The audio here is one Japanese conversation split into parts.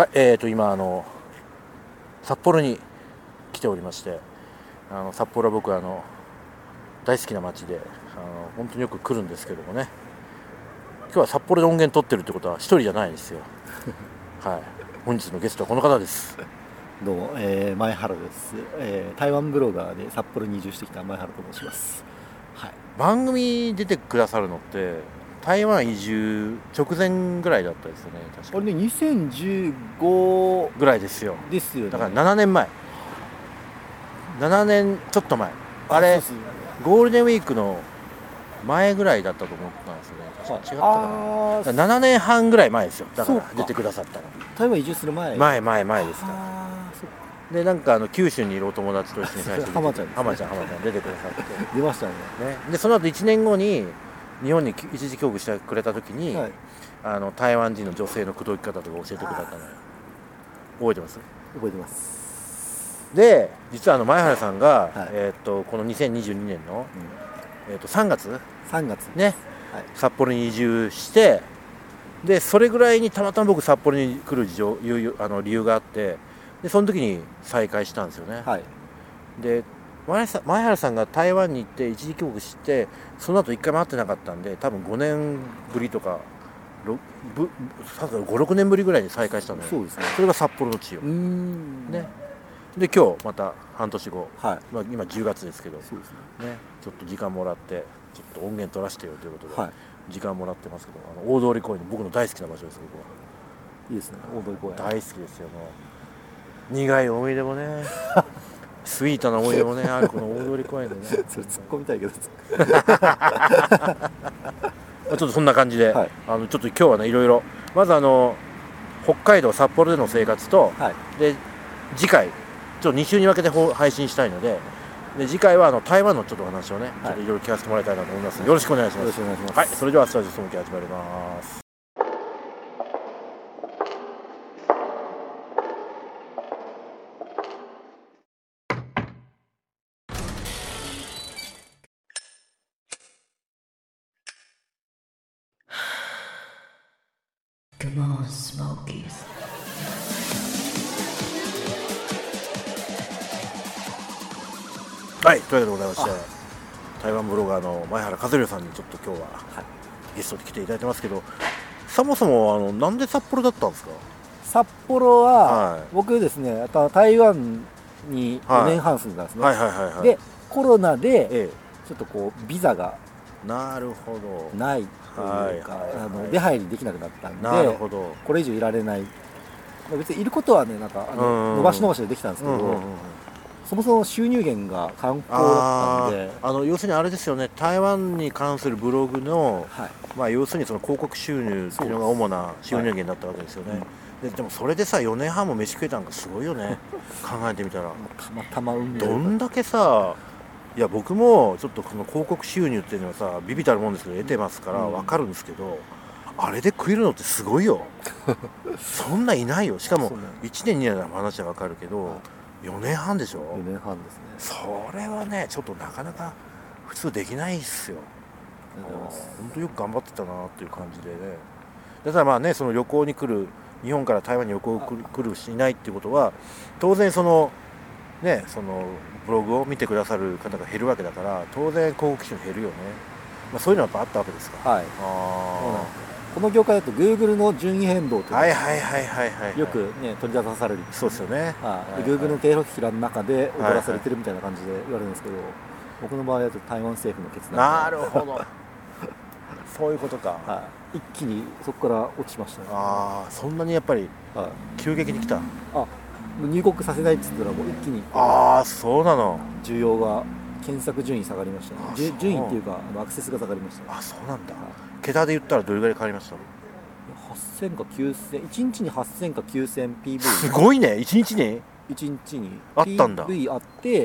はい、今札幌に来ておりまして、札幌は僕は大好きな街で本当によく来るんですけどもね、今日は札幌で音源撮ってるってことは一人じゃないんですよはい、本日のゲストはこの方です。 どうも、前原です。台湾ブロガーで札幌に移住してきた前原と申します。はい、 番組に出てくださるのって台湾移住直前ぐらいだったですよね。確かこれね、2015 ぐらいですよ。 ですよね。 だから7年前、7年ちょっと前、あれそうですね、 ゴールデンウィークの前ぐらいだったと思ったんですよね。確か違ったかな。7年半ぐらい前ですよ。だから出てくださったの台湾移住する前ですからで、なんか九州にいるお友達と一緒に最初浜ちゃんですね、 浜ちゃん出てくださって出ましたね。 でその後1年後に日本に一時帰国してくれた時に、はい、台湾人の女性の口説き方とか教えてくれたのよ。覚えてます？ 覚えてます。 で、実は前原さんが、 はい、 この2022年の、3月ね、はい、札幌に移住して、でそれぐらいにたまたま僕札幌に来る理由があって、でその時に再会したんですよね。はい、で前原さんが台湾に行って一時帰国して、その後一回も会ってなかったんで、多分5年ぶりとか5、6年ぶりぐらいに再会したのよ。 そうですね。 それが札幌の地よ。ね。で今日また半年後、はい、今10月ですけど、そうですね、ちょっと時間もらってちょっと音源取らせてよということで、はい、時間もらってますけど、大通公園の僕の大好きな場所です。僕はいいですね。大通公園大好きですよ。苦い思い出もねスイートな思い出もねあるこの大通公園でねそれ突っ込みたいけどちょっとそんな感じで、はい、ちょっと今日はねいろいろ、まず北海道札幌での生活と、はい、で次回ちょっと2週に分けて配信したいので、次回は台湾のちょっとお話をね、はい、ちょっといろいろ聞かせてもらいたいなと思いますので、よろしくお願いします。はい、それではスタジオスモーキー始まります。Come on, Smokies. はい、というわけでございまして、台湾ブロガーの前原和弘さんにちょっと今日は、はい、ゲストで来ていただいてますけど、そもそもなんで札幌だったんですか？ 札幌は、はい、僕ですね、台湾に4年半住んだんですね。で、コロナでちょっとこうビザがなるほどないというか、出入りできなくなったんで、 なるほど、 これ以上いられない。別にいることはね、なんか伸ばし伸ばしでできたんですけど、そもそも収入源が観光だったんで、 要するにあれですよね、台湾に関するブログの、はい、要するにその広告収入っていうのが主な収入源だったわけですよね。はい、でもそれでさ4年半も飯食えたのがすごいよね考えてみたら。 たまたま運命どんだけさ、いや僕もちょっとこの広告収入っていうのはさビビたるもんですけど得てますから分かるんですけど、あれで食えるのってすごいよそんないないよ。しかも1年2年の話は分かるけど、4年半でしょ。 4年半ですね。 それはねちょっとなかなか普通できないっすよ。本当よく頑張ってたなっていう感じでね。だからまあね、その旅行に来る、日本から台湾に旅行来るしないっていうことは当然そのね、そのブログを見てくださる方が減るわけだから、当然広告収入減るよね。まあ、そういうのはやっぱあったわけですか。はい。 この業界だと Google の順位変動というのよくね取り沙汰される。 そうですよね。 Google の経路機の中で踊らされてるみたいな感じで言われるんですけど、僕の場合だと台湾政府の決断。 なるほどそういうことか。 はい、一気にそこから落ちましたね。 ああ、そんなにやっぱり急激に来た。 入国させないっつったらもう一気に。 ああ、そうなの。 需要が検索順位下がりましたね。順位っていうかアクセスが下がりましたね。 あ、そうなんだ。桁で言ったらどれぐらい変わりました？ 8000か9000、1日に8000か9000 PV。 すごいね。1日にあったんだ。 PV あって、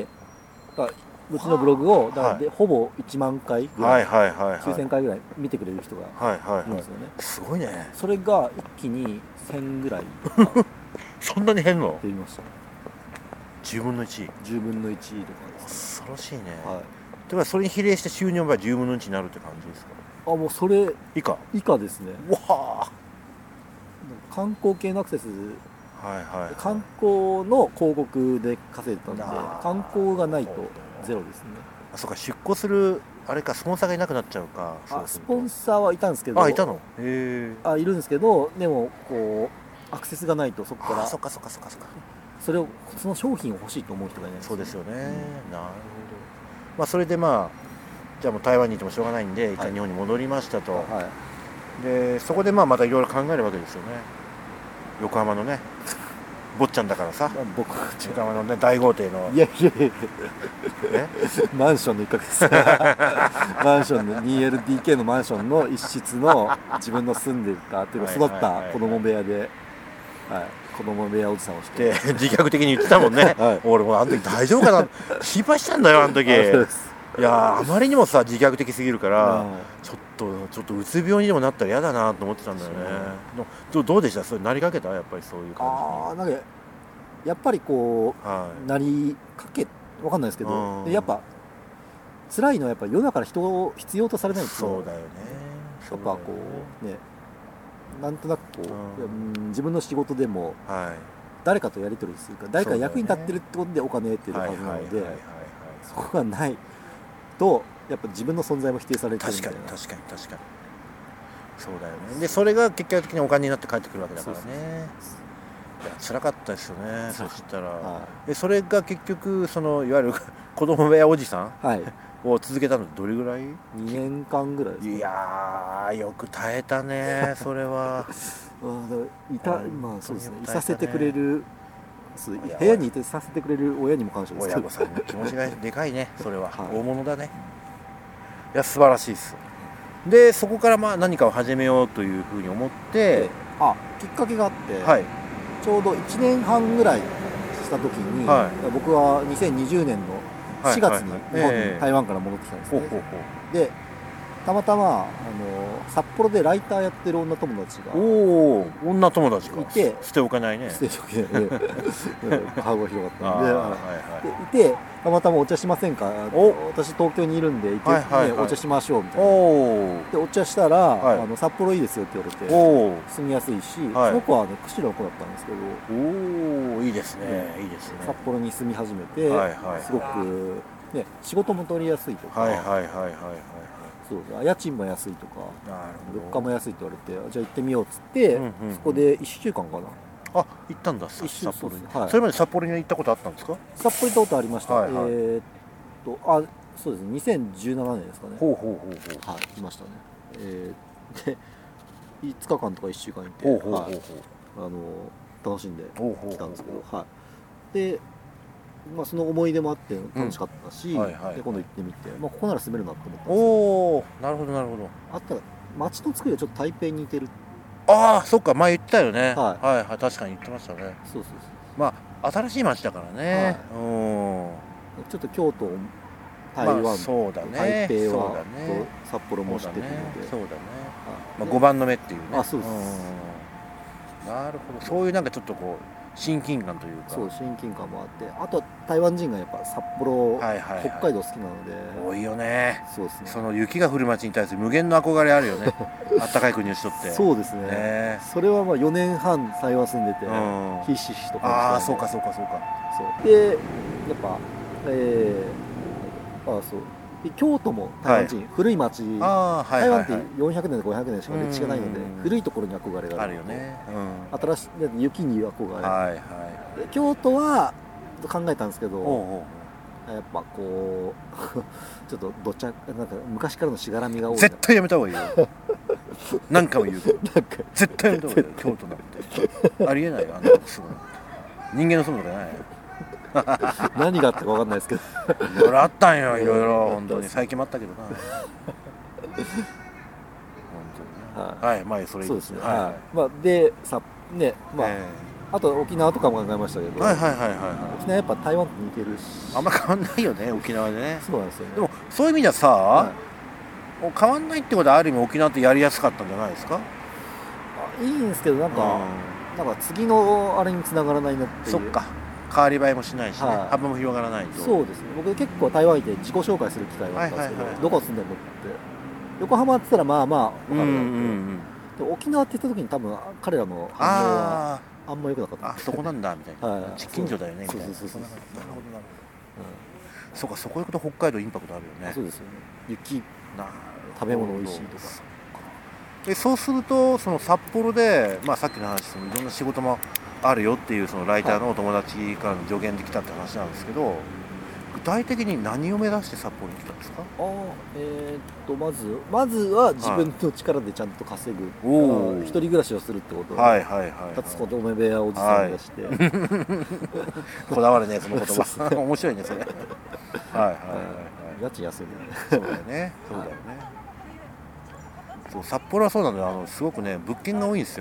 うちのブログをだからでほぼ1万回ぐらい、9000回ぐらい見てくれる人がいるんですよね。 すごいね。 それが一気に1000ぐらいそんなに減るの？ 減りました。 10分の1。 10分の1とかですね。 恐ろしいね。はい。ではそれに比例して収入が10分の1になるって感じですか？ もうそれ以下ですね。 わあ。 観光系のアクセス観光の広告で稼いでたんで、観光がないとゼロですね。 そうか、出向するあれか、スポンサーがいなくなっちゃうか。 スポンサーはいたんですけど、 いたの？へえ。いるんですけど、でもこうアクセスがないとそこからその商品を欲しいと思う人がいないんですよね。 そうですよね、なるほど。それでじゃあもう台湾にいてもしょうがないんで、一旦日本に戻りましたと。でそこでまたいろいろ考えるわけですよね。横浜のね、坊ちゃんだからさ、横浜のね大豪邸のマンションの一角ですマンションの 2LDK のマンションの一室の自分の住んでたというか育った子供部屋で、子供部屋おじさんをして自虐的に言ってたもんね、俺もあの時大丈夫かな心配したんだよ、あの時。いやあまりにもさ自虐的すぎるから、ちょっとうつ病にでもなったら嫌だなと思ってたんだよね。どうでした？それなりかけた？やっぱりそういう感じに。 なんかやっぱりこう、なりかけわかんないですけど、やっぱ辛いのはやっぱ世の中から人を必要とされないと。 そうだよね。 やっぱこうね、なんとなくこう、自分の仕事でも誰かとやり取りするか、誰か役に立ってるってことでお金得てるはずなので、そこがないとやっぱ自分の存在も否定されてるみたいな。 確かにそうだよね。でそれが結果的にお金になって帰ってくるわけだからね。いや辛かったですよね。そしたら、それが結局いわゆる子供部屋おじさんを続けたのってどれぐらい？ 2 年間ぐらいですか。 いやよく耐えたねそれは。 そうですね、いさせてくれる、部屋にいてさせてくれる親にも感謝ですけど、 親御さんの気持ちがでかいねそれは。大物だね。いや素晴らしいです。でそこから何かを始めようというふうに思って、 きっかけがあって、ちょうど1年半ぐらいした時に、僕は2020年の4月に日本に台湾から戻ってきたんですね。でたまたま札幌でライターやってる女友達が女友達がいて、 捨ておかないね。 捨ておけない顔が広がったんで、いてたまたまお茶しませんか、私東京にいるんでお茶しましょうみたいな。でお茶したら、札幌いいですよって言われて、住みやすいし、その子はね釧路の子だったんですけど、 いいですね、いいですね。 札幌に住み始めて、すごくね仕事も取りやすいとか、家賃も安いとか物価も安いって言われて、じゃあ行ってみようっつって、そこで1週間かな。 行ったんだ、札幌に。それまで札幌に行ったことあったんですか？ 札幌行ったことありました。そうですね、2017年ですかね。来ましたね。で5日間とか1週間いて、楽しんできたんですけど、でその思い出もあって楽しかったし、で今度行ってみて、ここなら住めるなと思ったんですよ。 なるほどなるほど。 あったら街の作りはちょっと台北に似てる。 そっか、前言ったよね。確かに言ってましたね。 そう新しい街だからね。 ちょっと京都、台湾、台北は札幌もしてるので、 そうだね。5番の目っていうね。 そうです。 なるほど。そういうなんかちょっとこう親近感というか。 親近感もあって、あと台湾人がやっぱ札幌、北海道好きなので。 多いよね。 そうですね。 その雪が降る街に対する無限の憧れあるよね。あったかい国の人って。 そうですね。それは4年半台湾住んでてひしひしと感じた。 そうか。 でやっぱ京都も台湾人、古い町、台湾って400年500年しか歴史がないので、古いところに憧れがあるよね。新しい雪に憧れ、京都は考えたんですけど、やっぱこうちょっとなんか昔からのしがらみが多い。 絶対やめた方がいいよ。何回も言うけど絶対やめた方がいいよ。京都なんてありえないよ。人間の住むとかないよ。 何があったか分かんないですけど、 いろいろあったんよ。いろいろ本当に最近もあったけどな。本当にね。それいいですね。 でね、あと沖縄とかも考えましたけど、沖縄やっぱ台湾と似てるし、 あんま変わんないよね、沖縄でね。 そうなんですよね。 でもそういう意味ではさ、変わんないってことはある意味沖縄ってやりやすかったんじゃないですか？ いいんですけど、なんか次のあれに繋がらないなっていう。 そっか。変わり映えもしないしね、幅も広がらないと。 そうですね。僕結構台湾行って自己紹介する機会があったんですけど、どこ住んでるのって横浜って言ったら分かるんですけど、沖縄って言った時に多分彼らの反応はあんま良くなかった。 あそこなんだみたいな、はい、近所だよねみたいな。 そうそうそう、なるほどなるほど、そうか、そこ行くと北海道インパクトあるよね。 そうですよね。雪、食べ物美味しいとか。 そうするとその札幌で、さっきの話、そのいろんな仕事もあるよっていうそのライターのお友達からの助言で来たって話なんですけど、具体的に何を目指して札幌に来たんですか？ まずは自分の力でちゃんと稼ぐ、一人暮らしをするってことを、立つ子供部屋おじさんがして、 こだわるねその言葉面白いねそれ。 家賃安いね。 そうだよね、そうだよね。そう、札幌はそうなんだよ。すごくね物件が多いんですよ。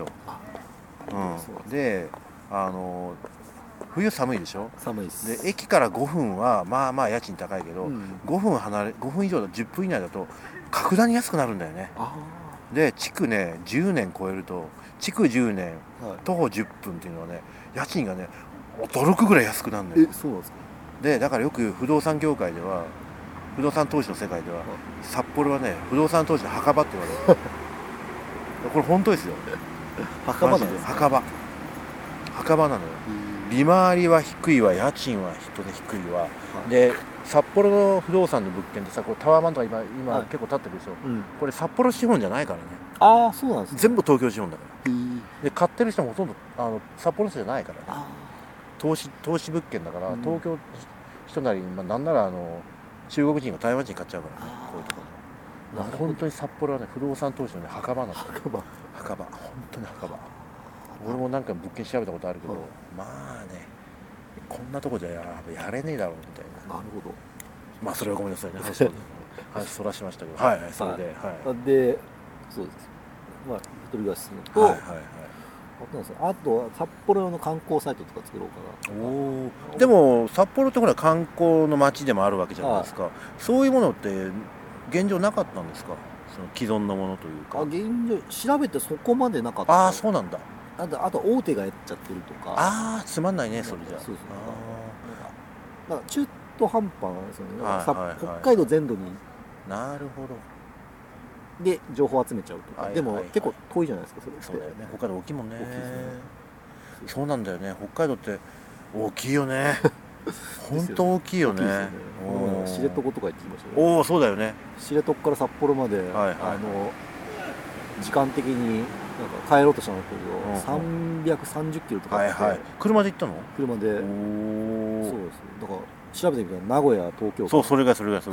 で冬寒いでしょ。 寒いです。 で駅から5分はまあ家賃高いけど、5分以上だ、10分以内だと格段に安くなるんだよね。で築ね10年超えると、築10年、徒歩10分っていうのはね、家賃がね驚くぐらい安くなるんだよ。 そうなんですか。 でだからよく不動産業界では、不動産投資の世界では、札幌はね不動産投資の墓場って言われる。これ本当ですよ。 墓場なんですか。 墓場なのよ。利回りは低いわ、家賃は人で低いわ、で札幌の不動産の物件ってさ、これタワーマンとか今結構建ってるでしょ、これ札幌資本じゃないからね。 ああ、そうなんですね。 全部東京資本だから。で買ってる人もほとんど札幌の人じゃないからね。投資物件だから、東京人なり、なんなら中国人が台湾人買っちゃうからね、こういうところ。本当に札幌はね不動産投資のね墓場なんだよ。墓場、本当に墓場。俺もなんか物件調べたことあるけど、まあねこんなとこじゃやれねえだろうみたいな。なるほど。それはごめんなさいね、話そらしましたけど、それで、 で、そうです。一人暮らしするのと、あとは札幌用の観光サイトとか作ろうかな。 でも札幌ってほら観光の街でもあるわけじゃないですか。そういうものって現状なかったんですか？その既存のものというか。 現状調べてそこまでなかった。 そうなんだ。 あと大手がやっちゃってるとか。 つまんないねそれじゃ。 そうですね。なんか中途半端なんですよね。北海道全土に。 なるほど。 で情報集めちゃうとか。でも結構遠いじゃないですかそれって。 そうだよね。北海道大きいもんね。そうなんだよね。北海道って大きいよね。本当大きいよね。 知床とか行ってきましたね。 そうだよね。 知床から札幌まで時間的になんか帰ろうとしたんだけど、330キロとかあって、 車で行ったの？ 車で。そうです。だから調べてみたら名古屋、東京。 それが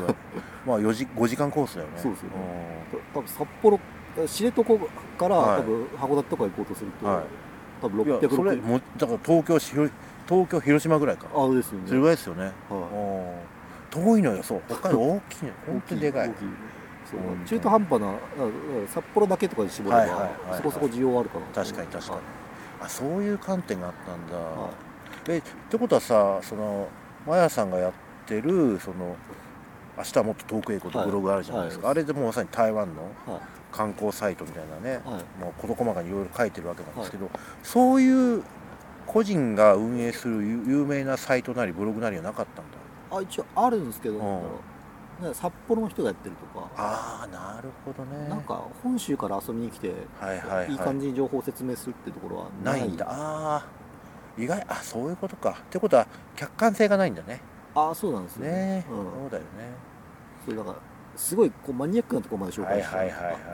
5時間コースだよね。 そうですよね。多分札幌、知床から多分函館とか行こうとすると、多分660。 だから東京広島ぐらいか。 ですよね。 それぐらいですよね。遠いのよ。そう、北海道大きいのよ。本当にでかい。 中途半端な札幌だけとかに絞ればそこそこ需要あるかな。 確かにそういう観点があったんだ。ってことはさ、そのマヤさんがやってるその明日はもっと遠くへ行こうとブログあるじゃないですか。あれでもうまさに台湾の観光サイトみたいなね、もう事細かにいろいろ書いてるわけなんですけど、そういう個人が運営する有名なサイトなりブログなりはなかったんだ。 一応あるんですけど、札幌の人がやってるとか。 なるほどね。 なんか本州から遊びに来ていい感じに情報を説明するっていうところはないんだ。意外、そういうことか。ってことは客観性がないんだね。 そうなんですね。そうだよね。 そうだからすごいマニアックなところまで紹介して、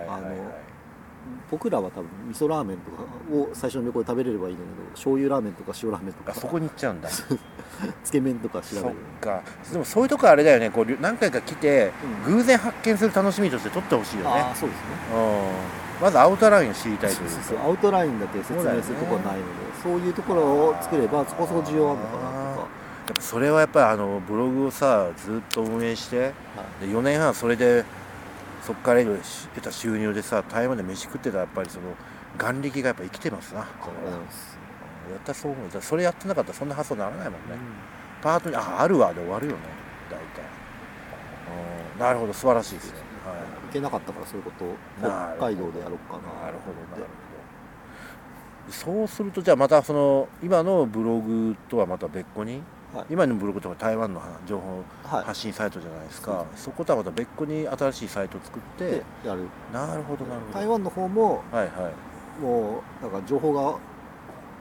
僕らは多分味噌ラーメンとかを最初の旅行で食べれればいいんだけど、醤油ラーメンとか塩ラーメンとかそこに行っちゃうんだ。 つけ麺とか調べる。 でもそういうとこあれだよね。こう何回か来て偶然発見する楽しみとして撮ってほしいよね。 そうですね。 まずアウトラインを知りたいという。 アウトラインだけ説明するところはないので、そういうところを作ればそこそこ需要あるのかなとか。 やっぱそれはやっぱりブログをさずっと運営して、で4年半それでそこから得た収入でさ台湾で飯食ってたらやっぱりその眼力がやっぱ生きてますな。やったらそう思う。それやってなかったらそんな発想にならないもんね。パートにあるわで終わるよね大体。なるほど、素晴らしいですね。 行けなかったからそういうことを北海道でやろうかな。 なるほど。そうするとじゃあまたその今のブログとはまた別個に、今のブログとか台湾の情報発信サイトじゃないですか。そことはまた別個に新しいサイトを作ってやる。 なるほど。 台湾の方ももうなんか情報が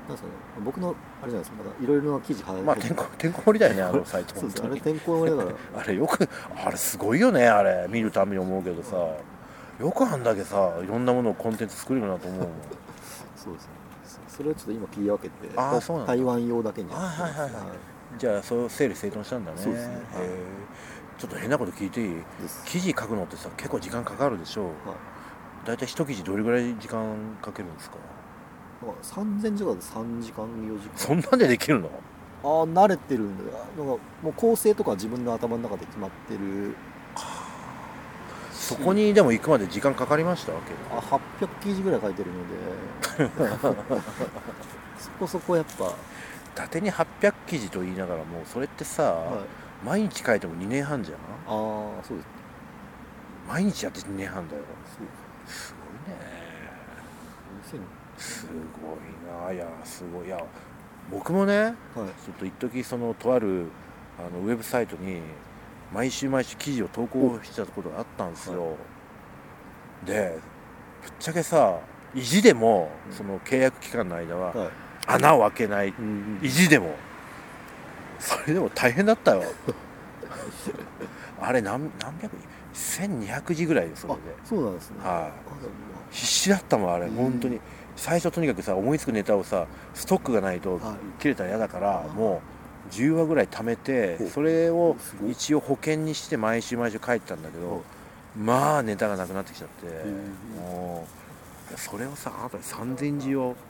ですかね、僕のあれじゃないですか、いろいろな記事てんこ盛りだよね、あのサイト。 そうです、あれてんこ盛りだからあれよく、あれすごいよね、あれ見るたびに思うけどさ、よくあんだけさ、いろんなものをコンテンツ作れるなと思うもん。 そうですね、それをちょっと今切り分けて、 台湾用だけにやってます。 じゃあそう整理整頓したんだね。 そうですね。 ちょっと変なこと聞いていい？記事書くのってさ、結構時間かかるでしょう。だいたい一記事どれぐらい時間かけるんですか ？3000字とかで3時間4時間。 そんなんでできるの？ 慣れてるんで、もう構成とか自分の頭の中で決まってる。 そこにでも行くまで時間かかりましたわけ。 800記事ぐらい書いてるのでそこそこやっぱ伊達に800記事と言いながらも、それってさ、毎日書いても2年半じゃん。 そうです。 毎日やって2年半だよ。すごいね。すごいな。いやすごい。いや僕もね、ちょっと一時そのとあるウェブサイトに毎週記事を投稿してたことがあったんですよ。でぶっちゃけさ、意地でもその契約期間の間は穴を開けない、意地でもそれでも大変だったよあれ何百1200字ぐらいで、それで。 そうなんですね。 必死だったもんあれ、本当に。最初とにかくさ、思いつくネタをさ、ストックがないと切れたら嫌だから、もう10話ぐらい貯めて、それを一応保険にして毎週書いてたんだけど、まあネタがなくなってきちゃって、もうそれをさ、あと3000字を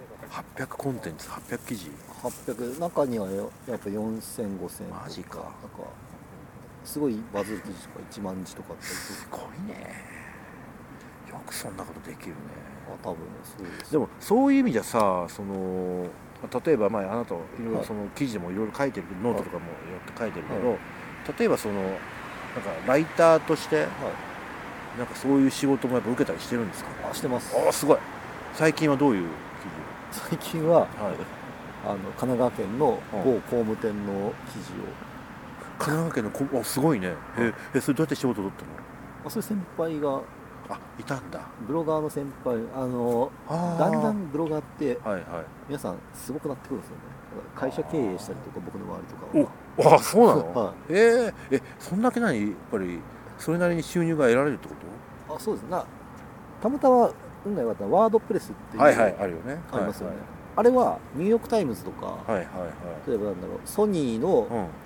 800コンテンツ、800記事、 800、中にはやっぱ4000、5000、 マジか。なんかすごいバズる記事とか1万字とかあったりすごいね。よくそんなことできるね。 多分そうです。 でもそういう意味じゃさ、その例えばあなたいろいろその記事でもいろいろ書いてる、ノートとかもよって書いてるけど、例えばそのなんかライターとして、なんかそういう仕事もやっぱ受けたりしてるんですか？ してます。 すごい。最近はどういう記事？最近は、神奈川県の某工務店の記事を。 神奈川県のすごいね。それどうやって仕事取ったの？ そういう先輩がいたんだ。 ブロガーの先輩、だんだんブロガーって皆さんすごくなってくるんですよね。会社経営したりとか、僕の周りとかは。 そうなの？そんだけやっぱりそれなりに収入が得られるってこと？ そうですね。たまたま運が良かったワードプレスっていう、 あるよね。 ありますよね。あれはニューヨークタイムズとか、例えばソニーの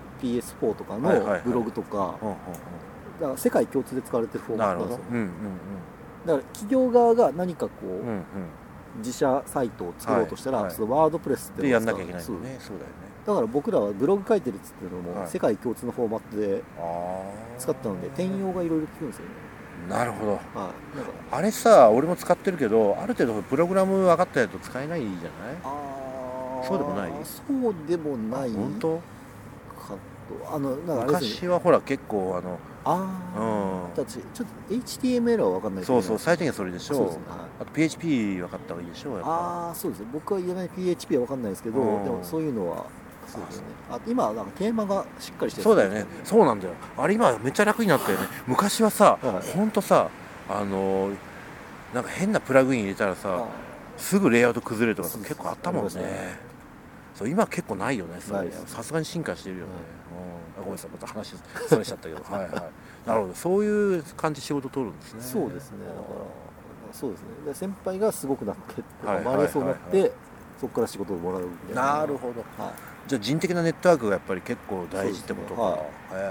PS4 とかのブログとか、だから世界共通で使われてるフォーマットなんですよ。だから企業側が何かこう、自社サイトを作ろうとしたら、ワードプレスってやんなきゃいけないんだよね。そうだよね。 だから僕らはブログ書いてるっつっていうのも世界共通のフォーマットで使ったので、転用がいろいろ効くんですよね。 なるほど。あれさ、俺も使ってるけど、ある程度プログラム分かったやつ使えないじゃない？そうでもない？ そうでもない。 本当？ なんか昔はほら結構ちょっと HTML は分かんないけど、 そう最低限それでしょ。そうですね。あと PHP 分かった方がいいでしょ。 そうですね。僕は言えない PHP は分かんないですけど、でもそういうのはそうですね。今なんかテーマがしっかりしてる。 そうだよね。そうなんだよ。あれ今めっちゃ楽になったよね。昔はさ、ほんとさ、なんか変なプラグイン入れたらさ、すぐレイアウト崩れるとか結構あったもんね。そう今結構ないよね。さすがに進化してるよね。ごめんなさい、また話それしちゃったけどなるほど。そういう感じ仕事取るんですね。 そうですね。だからそうですね。で先輩がすごくなって周りがそうなって、そこから仕事をもらうみたいな。 なるほど。じゃあ人的なネットワークがやっぱり結構大事ってことか。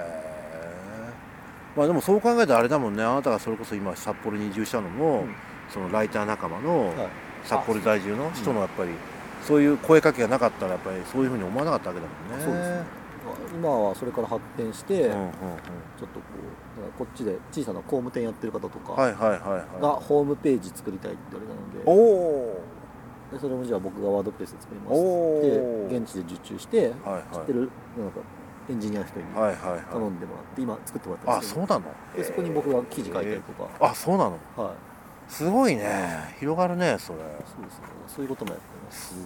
でもそう考えたらあれだもんね。あなたがそれこそ今札幌に移住したのも、そのライター仲間の札幌在住の人のやっぱりそういう声かけがなかったらやっぱりそういうふうに思わなかったわけだもんね。 そうですね。今はそれから発展して、ちょっとこっちで小さな工務店やってる方とかがホームページ作りたいって言われたので、それもじゃあ僕がワードプレス作りますって現地で受注して、知ってるなんかエンジニアの人に頼んでもらって今作ってもらってますけど。そうなの？でそこに僕が記事書いたりとか。そうなの？すごいね。広がるねそれ。そうですね。そういうこともやってます。す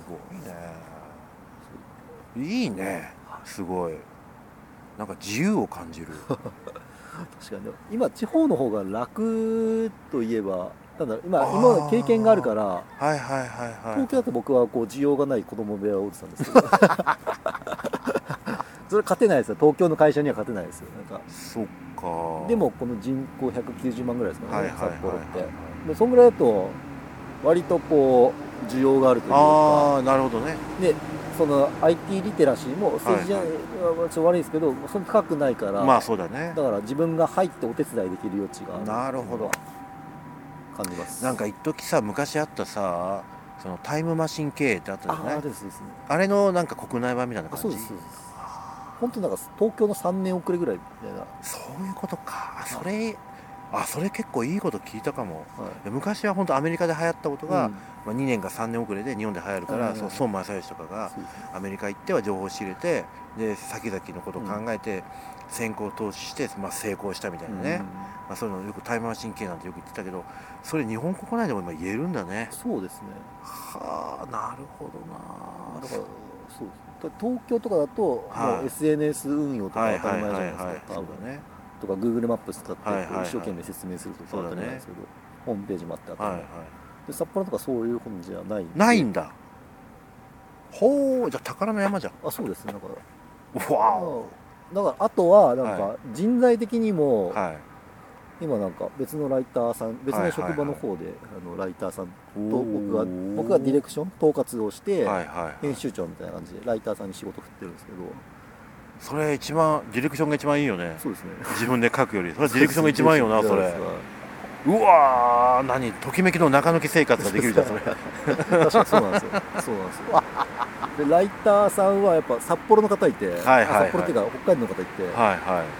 ごいね。いいね。すごい。なんか自由を感じる。確かに今地方の方が楽といえばただ今の経験があるから、 はいはいはいはい、 東京だと僕はこう需要がない子供部屋を打ってたんですけどそれ勝てないですよ、東京の会社には勝てないですよ。なんかそっか。 でもこの人口190万ぐらいですかね、 はいはいはいはい、 札幌って。でそんぐらいだと割とこう需要があるというか。 ああ、なるほどね。 でその IT リテラシーも政治じゃ、はいはい、ちょっと悪いですけどそんな高くないから、 まあそうだね。 だから自分が入ってお手伝いできる余地がある。 なるほど。 感じます。 なんか一時さ、昔あったさ、そのタイムマシン経営ってあったじゃない。 あれですね。 あれのなんか国内版みたいな感じ。 そうですそうです。本当なんか東京の3年遅れぐらいみたいな。 そういうことか。それ結構いいこと聞いたかも、 はい、 昔は本当アメリカで流行ったことが、まあ、2年か3年遅れで日本で流行るから、孫正義とかがアメリカ行っては情報を仕入れて、で先々のことを考えて先行投資して、まあ、成功したみたいなね、まあ、そういうのよくタイムマシン系なんてよく言ってたけど、それ日本国内でも今言えるんだね。 そうですね。 はあ、なるほどな。 だからそうです。東京とかだともう SNS 運用とか当たり前じゃないですか、多分ね。とか Google マップ使って一生懸命説明するとか当たり前なんですけど、ホームページもあって当たり前、で札幌とかそういう本じゃないんだ。ほう、じゃあ宝の山じゃん。 あ、そうですね。だからあとはなんか人材的にも、今なんか別のライターさん、別の職場の方でライターさんと僕がディレクション統括をして編集長みたいな感じでライターさんに仕事振ってるんですけど、 それ一番ディレクションが一番いいよね。 そうですね。 自分で書くよりそれディレクションが一番いいよな。それうわー、何ときめきの中抜き生活ができるじゃんそれ確かにそうなんですよ。そうなんですよ。でライターさんはやっぱ札幌の方いて、札幌っていうか北海道の方いて、やっぱ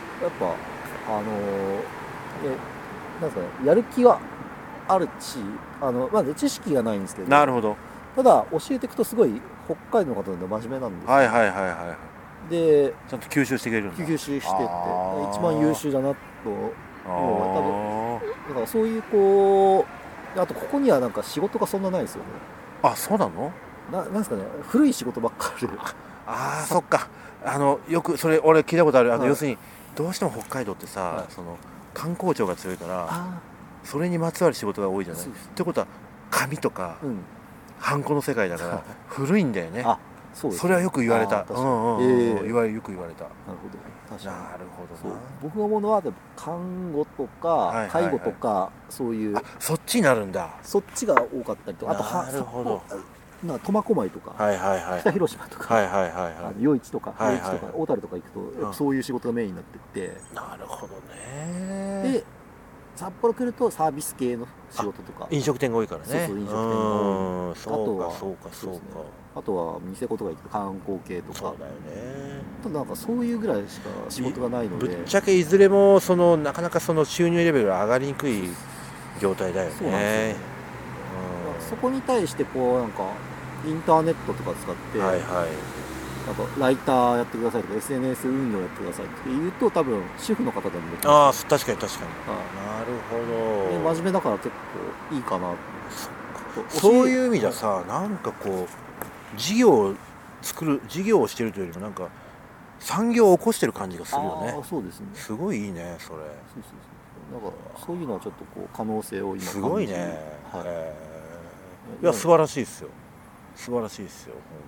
なんですかね、やる気はあるし、まず知識がないんですけど、 なるほど。 ただ教えていくとすごい北海道の方で真面目なんですよ。でちゃんと吸収してくれるんだ。 吸収してって一番優秀だなと思う。だからそういうこう、あとここにはなんか仕事がそんなないですよね。 あ、そうなの？ なんですかね、古い仕事ばっかりで。 ああ、そっか。よくそれ俺聞いたことある。要するにどうしても北海道ってさ、その観光庁が強いからそれにまつわる仕事が多いじゃない。ってことは紙とかハンコの世界だから古いんだよね。それはよく言われた。よく言われた。なるほど。なるほど。 僕が思うのは看護とか介護とかそういう、 そっちになるんだ。 そっちが多かったりとか、あと苫小牧とか北広島とか余市とか小樽とか行くとそういう仕事がメインになってって。 なるほどね。 で札幌来るとサービス系の仕事とか飲食店が多いからね。 そう飲食店が多い。 そうか。 あとはニセコとか行くと観光系とか。 そうだよね。 なんかそういうぐらいしか仕事がないので、 ぶっちゃけいずれもなかなかその収入レベルが上がりにくい状態だよね。そうなんですよね。 そこに対してこうなんかインターネットとか使ってなんかライターやってくださいとか SNS 運用やってくださいって言うと多分主婦の方でもできます。 確かになるほど。 真面目だから結構いいかな。 そういう意味じゃさ、なんかこう事業をしてるというよりもなんか産業を起こしてる感じがするよね。 そうですね。 すごいいいねそれ。 なんかそういうのはちょっとこう可能性を今感じる。 すごいね。いや素晴らしいですよ。本当に。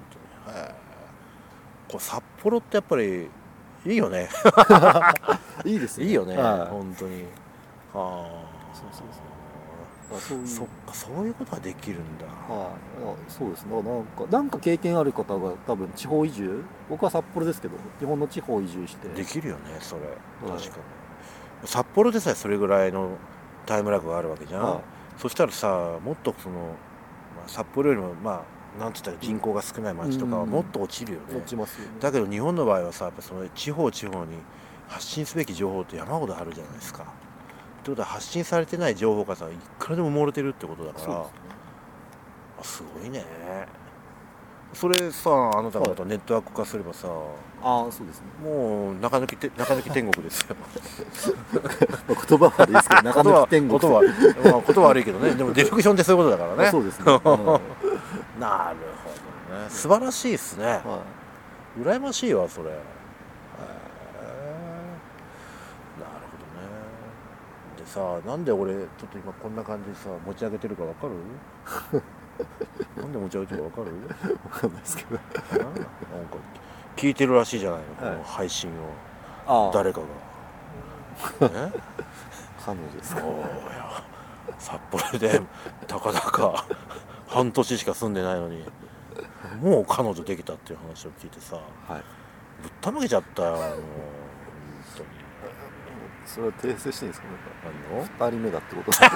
こう札幌ってやっぱりいいよね。 いいですね。 いいよね。本当に。そっか、そういうことができるんだ。 そうですね。なんか経験ある方が多分地方移住、僕は札幌ですけど日本の地方移住してできるよねそれ。確かに札幌でさえそれぐらいのタイムラグがあるわけじゃん。そしたらさ、もっと札幌よりもなんつったら人口が少ない町とかはもっと落ちるよね。 落ちますよね。 だけど日本の場合はさ、やっぱその地方に発信すべき情報って山ほどあるじゃないですか。ってことは発信されてない情報がさ、いくらでも漏れてるってことだから、すごいね。それさ、あなたがまたネットワーク化すればさ、 そうですね。 もう中抜き天国ですよ。 言葉は悪いですけど、中抜き天国。 言葉悪いけどね。でもディレクションってそういうことだからね。 そうですね。 なるほどね。素晴らしいですね。羨ましいわそれ。なるほどね。でさ、なんで俺ちょっと今こんな感じでさ持ち上げてるか分かる？なんで持ち上げてるか分かる？ 分かんないですけど、 なんか聞いてるらしいじゃないの、この配信を誰かが。ね、 彼女ですか？ そうや、札幌でたかだか半年しか住んでないのにもう彼女できたっていう話を聞いてさ、 はい、 ぶったまげちゃったよ、もう本当に。 それは訂正していいんですか？ 何の 2人目だってこと？ ち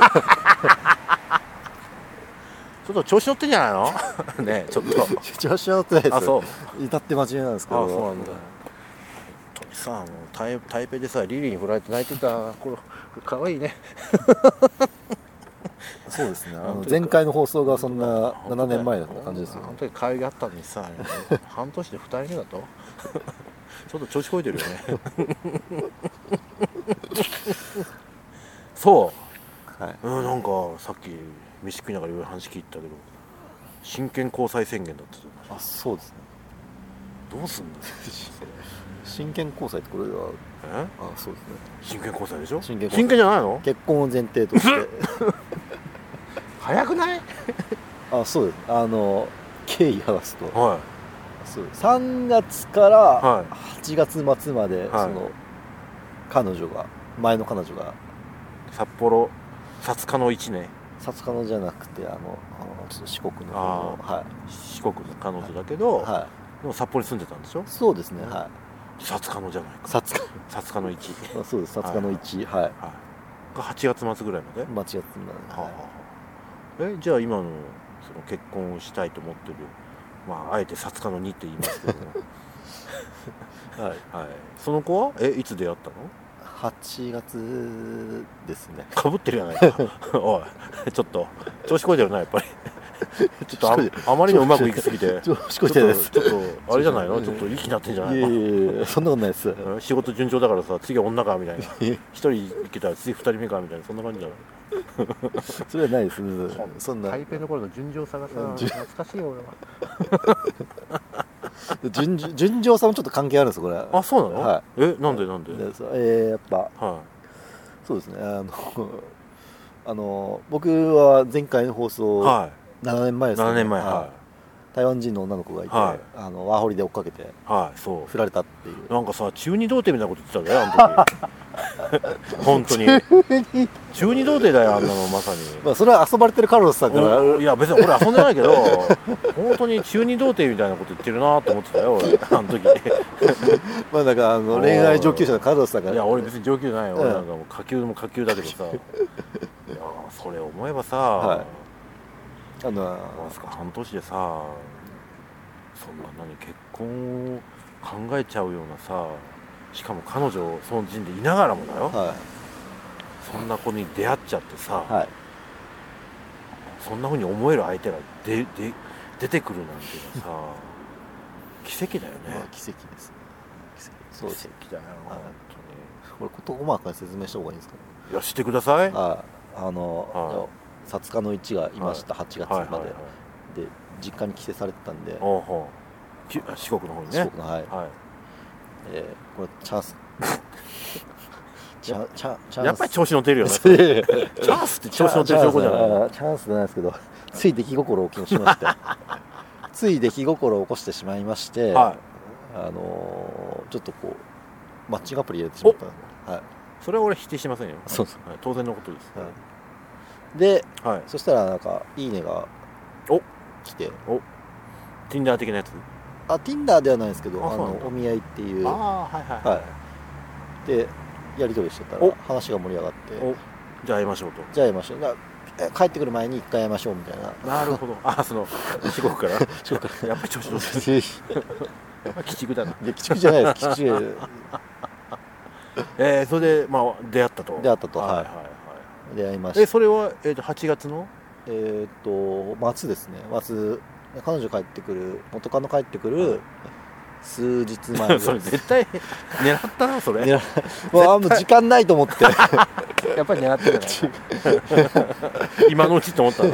ょっと調子乗ってんじゃないの？ねえ、ちょっと調子乗ってないですよ。 あ、そう至って真面目なんですけど。 あ、そうなんだ。本当にさ、もう台北でさリリーに振られて泣いてた頃、かわいいね。 そうですね、前回の放送がそんな7年前だった感じですよ。 本当に可愛がったのにさ、半年で2人目だとちょっと調子こいてるよね。そう、はい、なんかさっき飯食いながら言う話聞いたけど、真剣交際宣言だったじゃない。 あ、そうですね。 どうすんの？ 真剣交際ってこれは、 あ、 そうですね。 真剣交際でしょ？ 真剣じゃないの？ 結婚を前提として早くない？ あ、そうです。経緯話すと、 はい、 そう3月から8月末まで、 はい、 その前の彼女が札幌薩津加の1年、 薩津加のじゃなくてちょっと四国の方の、はい、 四国の彼女だけど、はい、でも札幌に住んでたんでしょ？ そうですね、はい。 薩津加のじゃないか。薩津加の1。 あ、そうです、薩津加の1、はい、はい、 が8月末ぐらいまで。 8月まで、 はい、じゃあ今のその結婚をしたいと思ってる、まああえて薩津加の2って言いますけどもはい、はい、その子はいつ出会ったの ？8月ですね。 かぶってるやないかおい、ちょっと調子こいてるな、やっぱりちょっとあまりにうまくいきすぎて調子こいてないです。 ちょっとあれじゃないの、ちょっと息になってんじゃないの？ いやそんなことないです。 仕事順調だからさ、次は女かみたいな1人いけたら次2人目かみたいな、そんな感じじゃない？ それはないです。そんな台北の頃の純情さがさ、懐かしいよ俺は。 純情さもちょっと関係あるんですこれ。 あ、そうなの？ はい。 なんでなんで？ やっぱ、 はい、 そうですね。僕は前回の放送、 はい、 7年前ですね。 7年前、はい、 台湾人の女の子がいて、 はい、 ワーホリで追っかけて、はい、そう振られたっていう。 なんかさ、中二童貞みたいなこと言ってたんだよ、あの時。本当に中二童貞だよ、あんなのまさに。 まあそれは遊ばれてるカルロスさんから。 いや別に俺遊んでないけど本当に中二童貞みたいなこと言ってるなと思ってたよ、俺あの時。 まあなんか恋愛上級者のカルロスさんから。 いや俺別に上級じゃないよ、俺なんかもう下級も下級だけどさ。いやそれ思えばさ、はい、まさか半年でさ、そんな結婚を考えちゃうようなさ、しかも彼女その時点でいながらもだよ、はい、そんな子に出会っちゃってさ、はい、そんな風に思える相手が出てくるなんていうのさ奇跡だよね。 まあ、奇跡ですね。 そう奇跡だよ、本当に。これ事細かに説明した方がいいんですか？ いや、してください。 薩津加の1がいました、はい、8月まで、はいはいはい、で実家に帰省されてたんで、 四国の方にね。 四国の、はい、はい、これチャンスチャンス、 やっぱり調子乗ってるよね。チャンスって調子乗ってる証拠じゃない。 チャンスじゃないですけど、つい出来心を起こしましてつい出来心を起こしてしまいまして、はい、ちょっとこうマッチングアプリ入れてしまったので、はい、 それは俺否定してませんよ。 そうです、 はい、当然のことです、 はい、で、はい、そしたらなんかいいねが来て、 Tinder 的なやつ ？Tinder ではないですけど、お見合いっていう、でやり取りしてたら話が盛り上がって、 じゃあ会いましょうと。 じゃあ会いましょう。帰ってくる前に一回会いましょうみたいな。 なるほど。その四国からやっぱり調子乗ってる。やっぱり鬼畜だな。 鬼畜じゃないです。鬼畜それでまあ出会ったと。 はいはい。出会いました。 それは8月の末ですね。末、彼女帰ってくる、元カノ帰ってくる数日前ぐらい。 それ絶対狙ったな、それ。 もう時間ないと思ってやっぱり狙ってるじゃない今のうちと思ったの。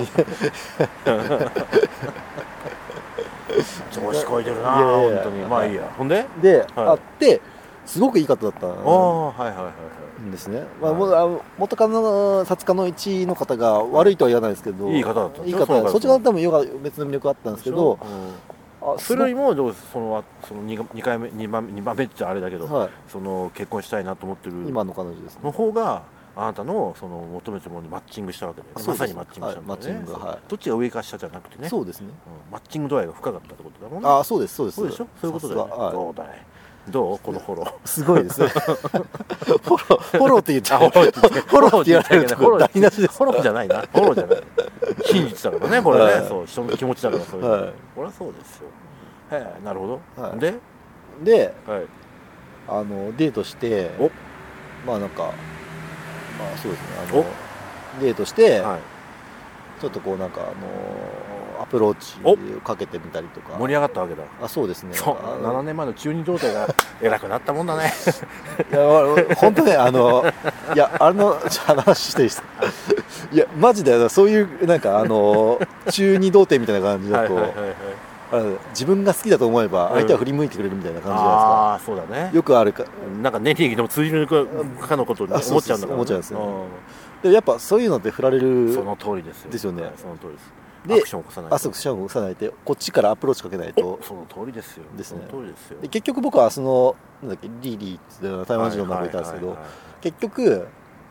調子こいてるな、本当に。まあいいや。ほんで会って、 すごくいい方だったんですね。元カノの薩カノ1の方が悪いとは言わないですけど、 いい方だったんですよ。 そっち側多分ヨガ別の魅力あったんですけど、 それよりもその2回目2番目ってあれだけど、その結婚したいなと思ってる今の彼女ですの方があなたのその求めてるものにマッチングしたわけで、まさにマッチングしたんだよね。どっちが上か下じゃなくてね。 そうですね。 マッチング度合いが深かったってことだもんね。 そうです。 そうでしょ。そういうことだよね。どうだい。どうこのフォロー。 すごいですね。フォローって言っちゃう。フォローって言われると台無しです。 フォローじゃないな。フォローじゃない。真実だからね、これね。そう、人の気持ちだからそういう。これはそうですよ。なるほど。で、 デートして、なんかそうですね。デートして、ちょっとこうなんかアプローチをかけてみたりとか盛り上がったわけだ。 そうですね。 7年前の中二童貞が偉くなったもんだね。 いや本当ねいや話していいです。いやマジでそういうなんか中二童貞みたいな感じだと自分が好きだと思えば相手は振り向いてくれるみたいな感じじゃないですか。 そうだね。 よくあるかなんか年利益でも通じるかのことを思っちゃうんだから。 思っちゃうんですよ。でやっぱそういうのって振られる。 その通りですよ。 ですよね。 その通りです。 でアクションを起こさないとこっちからアプローチかけないと。 その通りですよ。 ですね。 その通りですよ。 で結局僕はなんだっけリーって台湾人の名前いたんですけど、結局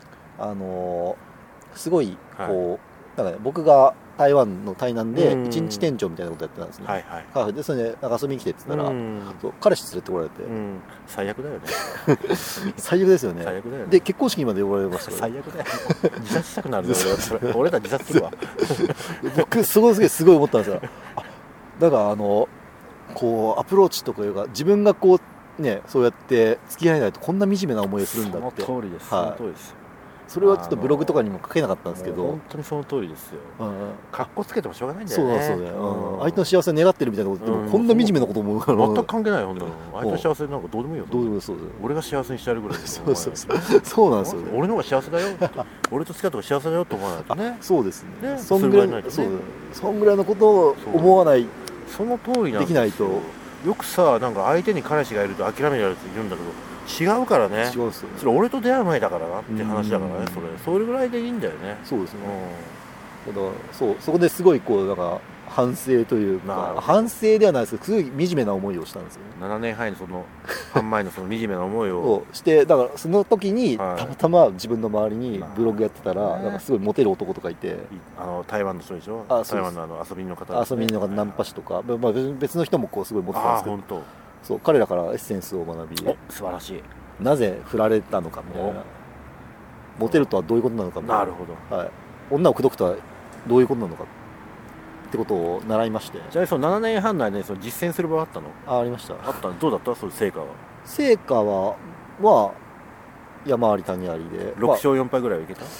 すごいこうなんか僕が台湾の台南で一日店長みたいなことやってたんですね。カフェでそれで遊びに来てって言ったら彼氏連れてこられて最悪だよね。 最悪ですよね。 最悪だよね。 で結婚式にまで呼ばれましたから最悪だよ。自殺したくなるよ俺ら自殺するわ。 僕すごい思ったんですよ。だからこうアプローチとかいうか自分がこうねそうやって付き合えないとこんな惨めな思いをするんだって。 その通りです。その通りですよ。 それはちょっとブログとかにも書けなかったんですけど、 本当にその通りですよ。かっこつけてもしょうがないんだよね。 そうなんですよね。相手の幸せを願ってるみたいなことでもこんな惨めなこと思うから全く関係ないよ。相手の幸せなんかどうでもいいよ。 どうでもそう俺が幸せにしてやるぐらい。 そうなんですよ。 俺の方が幸せだよ。俺と付き合った方が幸せだよと思わないとね。 そうですね。そんぐらいのことを思わない。 その通りなんですよ。 できないと。 よくさなんか相手に彼氏がいると諦めるやついるんだけど。違うからね。 違うんですよ。 それ俺と出会う前だからなって話だからね。それぐらいでいいんだよね。 そうですね。だからそこですごいこうなんか反省というか反省ではないですけどすごい惨めな思いをしたんですよね。 7年半前のその惨めな思いをしてだからその時にたまたま自分の周りにブログやってたらなんかすごいモテる男とかいて台湾の人でしょ。台湾の遊び人の方ナンパ師とか別の人もこうすごいモテたんですけど。 本当。 そう彼らからエッセンスを学び素晴らしい。 なぜ振られたのかみたいなモテるとはどういうことなのかみたいな。 なるほど。 女を口説くとはどういうことなのかってことを習いまして。 じゃあその7年半の間にその実践する場はあったの？ ありました。 あった。どうだった？その成果は。 成果は山あり谷ありで 6勝4敗ぐらいはいけた？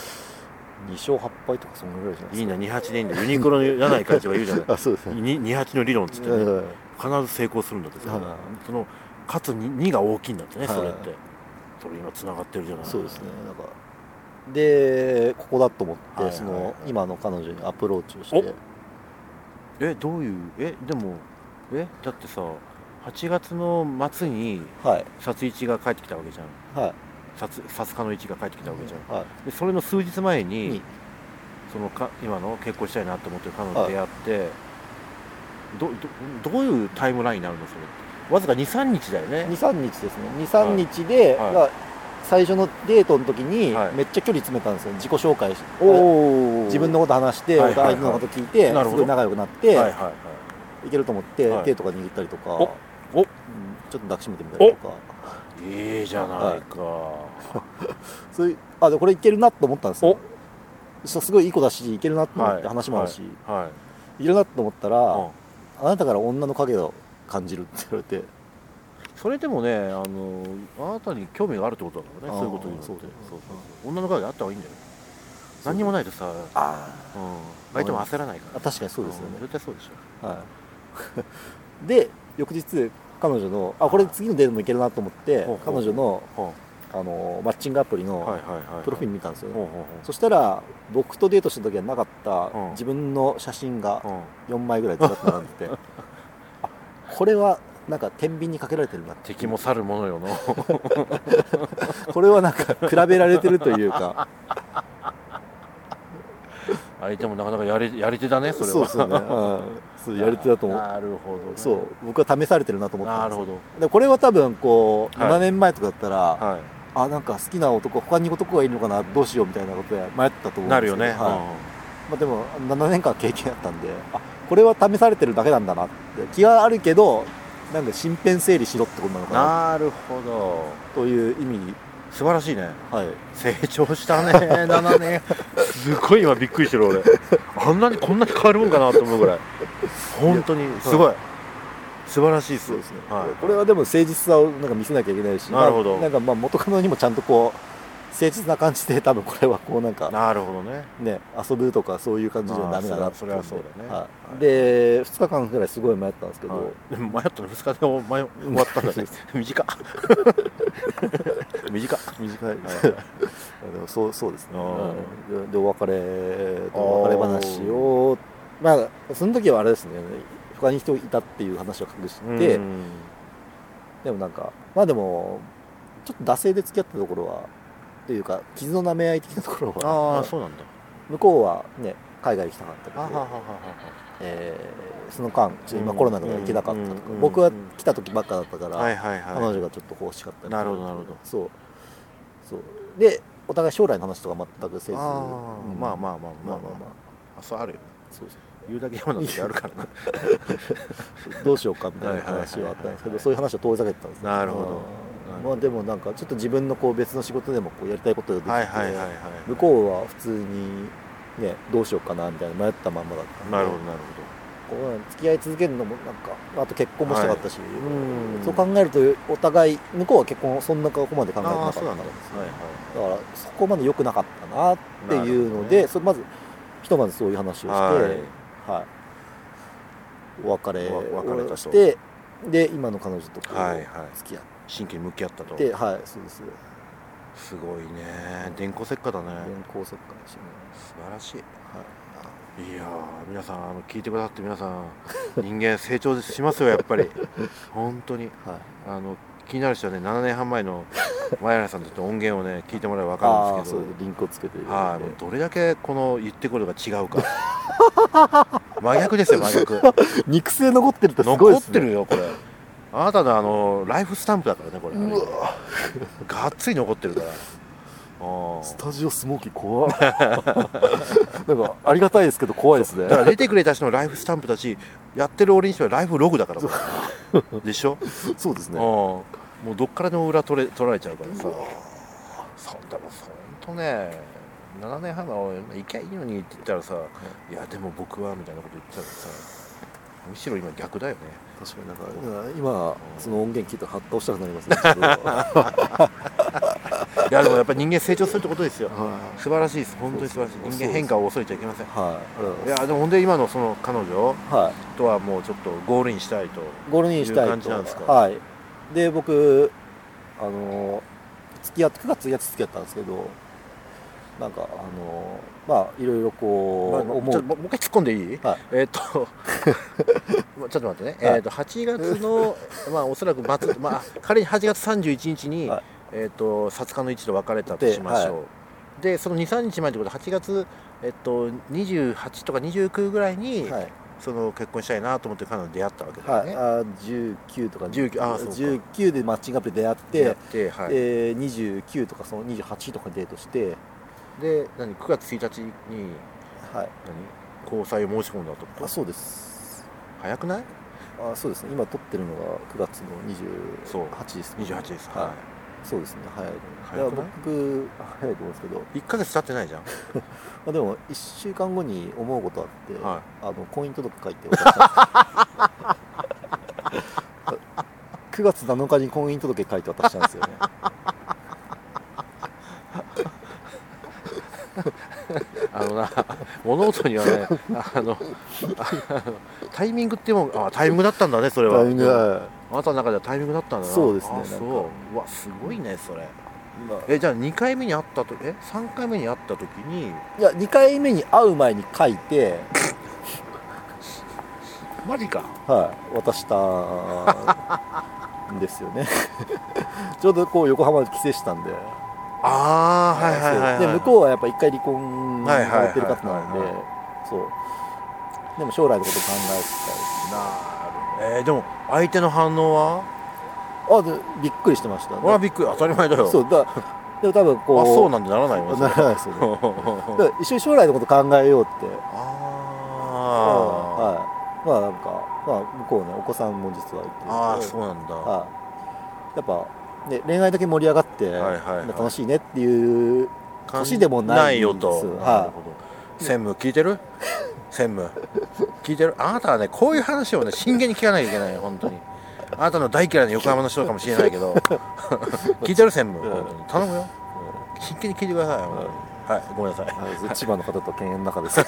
2勝8敗とかそのぐらいじゃないですか。 いいな28でいいんだ。ユニクロの柳井会長が言うじゃない。 そうですね。 28の理論っつってね。必ず成功するんだって。そのかつ2が大きいんだってね。それってそれ今つながってるじゃない。 そうですね。なんかでここだと思ってその今の彼女にアプローチをして。 どういうでもだってさ8月の末に札一が帰ってきたわけじゃん。札カノ一が帰ってきたわけじゃん。でそれの数日前にその今の結婚したいなと思ってる彼女と出会ってどういうタイムラインになるのそれって。わずか 2,3 日だよね。 2,3 日ですね。 2,3 日で最初のデートの時にめっちゃ距離詰めたんですよ。自己紹介して自分のこと話して相手のこと聞いてすごい仲良くなっていけると思って手とか握ったりとかちょっと抱きしめてみたりとか。 いいじゃないか。 そういうこれいけるなと思ったんですよ。すごいいい子だしいけるなと思って話もあるしいけるなと思ったらあなたから女の影を感じるって言われて。 それでもねあなたに興味があるってことだからね。そういうことによって女の影あった方がいいんだよ。何にもないとさ相手も焦らないから。 確かにそうですよね。 絶対そうでしょ。で翌日彼女のこれ次のデートもいけるなと思って彼女のマッチングアプリのプロフィール見たんですよ。そしたら僕とデートした時はなかった自分の写真が4枚ぐらいずらっと並んでてこれはなんか天秤にかけられてるなって。 敵も去るものよのこれはなんか比べられてるというか相手もなかなかやり手だね、それは。 そうですよね、そうやり手だと思う。 なるほど、ね、 そう僕は試されてるなと思ってます。 なるほど。 でこれは多分こう、 はい、 7年前とかだったら、 はい、 あなんか好きな男他に男がいるのかなどうしようみたいなことで迷ったと思うんですけど、 なるよね、 まあ、でも7年間経験あったんで、あこれは試されてるだけなんだなって気があるけど、なんか身辺整理しろってことなのかな。 なるほど。 という意味に素晴らしいね。 はい。 成長したね7年。すごい今びっくりしてる俺。こんなに変わるもんかなと思うぐらい。本当にすごい。素晴らしいです。 そうですね。 はい、 これはでも誠実さをなんか見せなきゃいけないし、 なるほど。 なんかまあ元カノにもちゃんとこう誠実な感じで多分これはこうなんかなるほどね。 ね遊ぶとかそういう感じではダメだなって。 それはそうだね。 はい、で2日間ぐらいすごい迷ったんですけど、 でも迷ったの2日で終わったんだね。短っ。短い。 でもそうですね。でお別れ話をまあその時はあれですね。他に人いたっていう話を隠して、でもなんかまあでもちょっと惰性で付き合ったところはというか傷の舐め合い的なところは、 そうなんだ。 向こうはね海外行きたかったけど、その間今コロナで行けなかったとか、僕は来た時ばっかだったから彼女がちょっと欲しかったり。 なるほど。 そうでお互い将来の話とか全くせず、 まあそうあるよ。そう言うだけ山の時あるからな。 どうしようかみたいな話はあったんですけど、そういう話は遠ざけてたんです。 なるほど。 まあでもなんかちょっと自分のこう別の仕事でもこうやりたいことができて、向こうは普通にねどうしようかなみたいな迷ったまんまだったんで。 なるほど。 こう付き合い続けるのもなんかあと結婚もしたかったし、そう考えるとお互い向こうは結婚そんなここまで考えてなかったんですね。だからそこまで良くなかったなっていうので、まずひとまずそういう話をして、お別れをして、で今の彼女と付き合って真剣に向き合ったと。 そうです。 すごいね。電光石火だね。 電光石火ですね。 素晴らしい。いや皆さん聞いてくださって皆さん人間成長しますよやっぱり本当に、気になる人はね7年半前の前原さんと音源をね聞いてもらえば分かるんですけど、 リンクをつけてどれだけこの言ってくるのが違うか真逆ですよ真逆。 肉声残ってるってすごいですね。 残ってるよこれ。あなたのライフスタンプだからねこれ。がっつり残ってるから。 スタジオスモーキー怖っなんかありがたいですけど怖いですね。 だから出てくれた人のライフスタンプだし、やってる俺にしてはライフログだからでしょ。 そうですね。 もうどっからでも裏取られちゃうからさ。でもほんとね7年半は行きゃいいのにって言ったらさ、いやでも僕はみたいなこと言ってたらさ、むしろ今逆だよね。 確かになんか今その音源聞いたら発動したくなりますね。 いやでもやっぱり人間成長するってことですよ。素晴らしいです。本当に素晴らしい。人間変化を恐れちゃいけません。いやでもほんで今のその彼女とはもうちょっとゴールインしたいという感じなんですか。 はい。で僕付き合って9月付き合ったんですけど、なんかまあいろいろこうもう一回突っ込んでいい？ちょっと待ってね。8月のまあおそらく末仮に8月31日にサツカの位置で別れたとしましょう。でその 2,3 日前ということで8月28とか29ぐらいにその結婚したいなと思って彼女に出会ったわけだよね。 19とか19でマッチングアプリで出会って29とかその28とかデートして、 で9月1日に交際を申し込んだと。 そうです。 早くない？ そうですね。今撮ってるのが9月の28です。 28です。 そうですね。早い。僕早いと思うんですけど 1ヶ月経ってないじゃん。 でも1週間後に思うことあって、婚姻届書いて渡したんです9月7日に婚姻届書いて渡したんですよね。 物事にはねタイミングってもタイミングだったんだねそれは。あなたの中ではタイミングだったんだな。 そうですね。 うわすごいねそれ。じゃあ2回目に会った時3回目に会った時に、 いや2回目に会う前に書いてマジか。 はい、渡したんですよねちょうどこう横浜で帰省したんで、 ああ、はいはいはい、はい、 で向こうはやっぱ一回離婚されてる方なんで、そうでも将来のこと考えてたり。でも相手の反応はでびっくりしてましたね。 びっくり、当たり前だよ。 そうだ、でも多分こうそうなんてならないよね。 ならないですよね一緒に将来のこと考えようって。はい、まあなんか、まあ、向こうねお子さんも実はいて、 そうなんだ。 やっぱ、ね、恋愛だけ盛り上がって、楽しいねっていう年でもないよと。専務聞いてる専務聞いてる。あなたはねこういう話をね真剣に聞かなきゃいけないよ本当に。あなたの大嫌いな横浜の人かもしれないけど聞いてる専務、頼むよ、真剣に聞いてください。はい、ごめんなさい。 千葉の方と犬猿の中です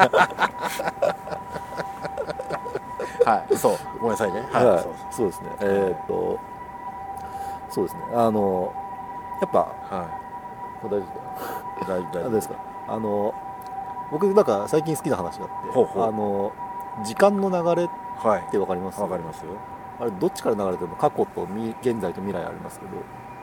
はい、そう、ごめんなさいね。 はい、そうですね。そうですね。やっぱ、大丈夫ですか。僕なんか最近好きな話があって、時間の流れってわかります？ わかりますよ。 あれどっちから流れてるの？過去と現在と未来ありますけど。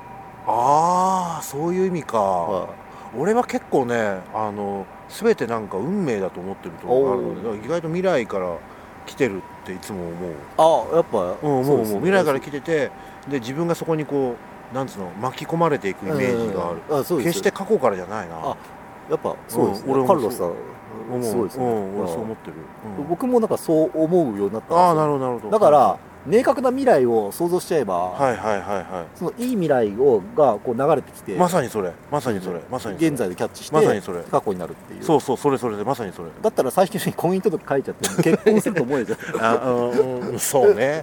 そういう意味か。俺は結構ね、全てなんか運命だと思ってるところがあるので、意外と未来から来てるっていつも思う。 やっぱ、 もう未来から来てて、で自分がそこにこうなんつうの巻き込まれていくイメージがある。決して過去からじゃないな。 やっぱそうですね。カルロスさんそうですね。 俺そう思ってる。 僕もなんかそう思うようになったんですよ。 なるほどなるほど。 だから明確な未来を想像しちゃえば、そのいい未来がこう流れてきて、 まさにそれ現在でキャッチして過去になるっていう。 そうそれでまさにそれ。 だったら最初に婚姻届書いちゃって結婚すると思えじゃん。 そうね。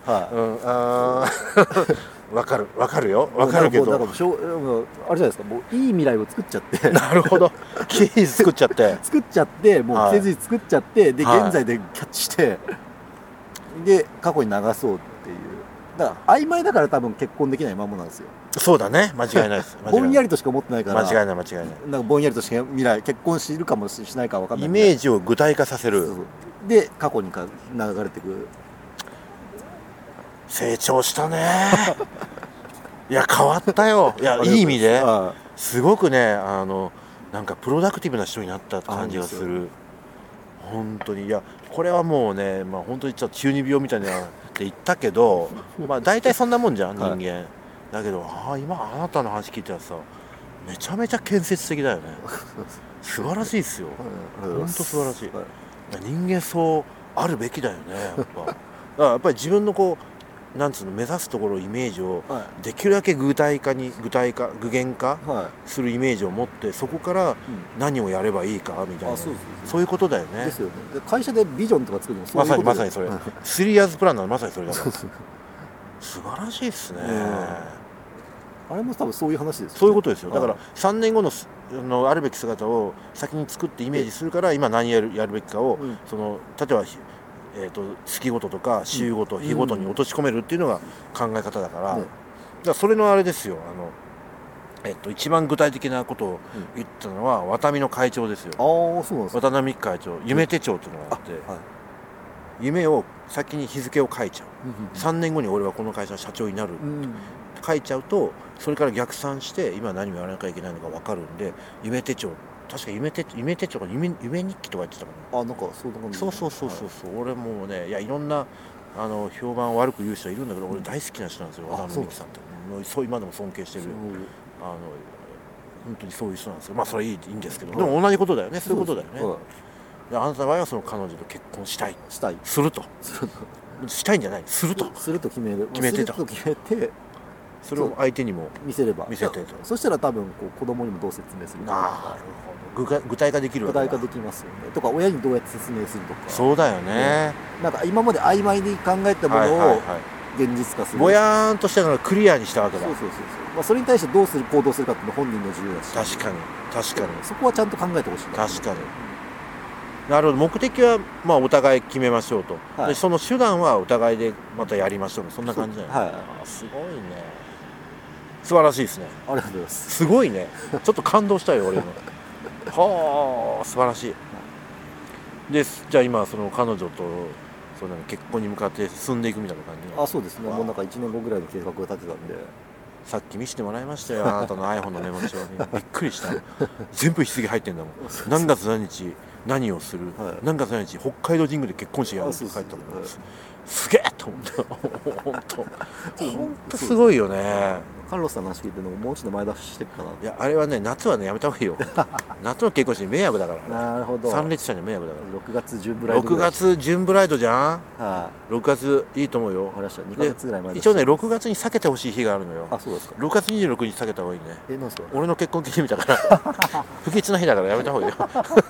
わかるよ。わかるけど、あれじゃないですか。もういい未来を作っちゃって。 なるほど。記事作っちゃってもう既成作っちゃって、で現在でキャッチして。で過去に流そうっていう。だから曖昧だから多分結婚できないままなんですよ。 そうだね、間違いないです。 ぼんやりとしか思ってないから。 間違いない。 なんかぼんやりとしか未来結婚するかもしないか分かんない。 イメージを具体化させる。 で過去に流れてくる。 成長したねいや変わったよ。いやいい意味ですごくねなんかプロダクティブな人になった感じがする。本当に。いやこれはもうね、本当にちょっと中二病みたいなって言ったけど大体そんなもんじゃん人間。だけど今あなたの話聞いたらさめちゃめちゃ建設的だよね素晴らしいっすよ。本当素晴らしい。人間そうあるべきだよねやっぱ。だからやっぱり自分のこうなんつうの目指すところイメージをできるだけ具現化するイメージを持ってそこから何をやればいいかみたいなそういうことだよね。 ですよね。会社でビジョンとか作るのもそういうことまさにそれ3 years プランなのまさにそれだから素晴らしいっすね。 あれも多分そういう話ですよね。 そういうことですよ。だから3年後のあるべき姿を先に作ってイメージするから今何やるべきかを例えば月ごととか週ごと日ごとに落とし込めるっていうのが考え方だから、だからそれのあれですよ。一番具体的なことを言ったのはワタミの会長ですよ。 そうなんですか。 渡辺会長夢手帳っていうのがあって、夢を先に日付を書いちゃう。3年後に俺はこの会社の社長になる書いちゃうとそれから逆算して今何をやらなきゃいけないのか分かるんで夢手帳確か夢手帳が夢日記とか言ってたかな。 なんかそういう感じ。 そう俺もうねいろんな評判を悪く言う人はいるんだけど俺大好きな人なんですよ渡辺美樹さんって。そう今でも尊敬してる本当にそういう人なんですよ。それはいいんですけどでも同じことだよね。そういうことだよね。あなたの場合はその彼女と結婚したいするとしたいんじゃないすると決めてそれを相手にも見せてと。 そしたら多分子供にもどう説明するか。 具体化できるわけだ。 具体化できますよね。とか親にどうやって説明するとか。 そうだよね。 なんか今まで曖昧に考えたものを現実化する。 ぼやーんとしたのをクリアにしたわけだ。 それに対してどうする行動するかっていうのは本人の自由だし。 確かにそこはちゃんと考えてほしい。 確かに。なるほど。目的はお互い決めましょうと。でその手段はお互いでまたやりましょう。そんな感じだよね。すごいね。素晴らしいですね。 ありがとうございます。 すごいね。ちょっと感動したよ俺も。素晴らしい。でじゃあ今その彼女とそうなんか結婚に向かって進んでいくみたいな感じ。 あ、そうですね。もうなんか1年後ぐらいの計画を立てたんで。 さっき見せてもらいましたよ、あなたの iPhone のメモ帳に。びっくりした。全部棺入ってんだもん。何月何日何をする、何月何日北海道神宮で結婚式やるって書いてあったもん。すげえと思った本当すごいよね。 カルロスさんの話聞いてるのもうちょっと前出ししてるかな。 いや、あれはね、夏はねやめた方がいいよ。夏の結婚式迷惑だから。 なるほど。 参列者に迷惑だから。 6月ジュンブライド。 6月ジュンブライドじゃん。 はい。 6月いいと思うよ。 2ヶ月ぐらい前。 一応ね、6月に避けてほしい日があるのよ。 あ、そうですか。 6月26日避けた方がいいね。 なんですか。 俺の結婚記念日だから不吉な日だからやめた方がいいよ。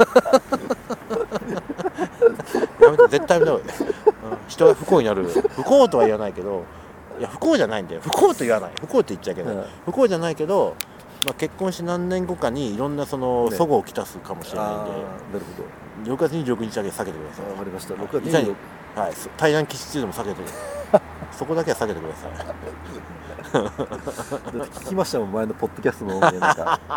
やめて、絶対やめた方がいい。人が不幸になる。不幸とは言わないけど、いや不幸じゃないんだよ。不幸と言わない。不幸って言っちゃうけど、不幸じゃないけど、まあ、結婚して何年後かにいろんなその齟齬をきたすかもしれないんで、 なるほど。 6月26日だけ避けてください。 わかりました。6月26日。 はい、対談基地中でも避けてそこだけは避けてください。 だって聞きましたもん、前のポッドキャストの音源。なんか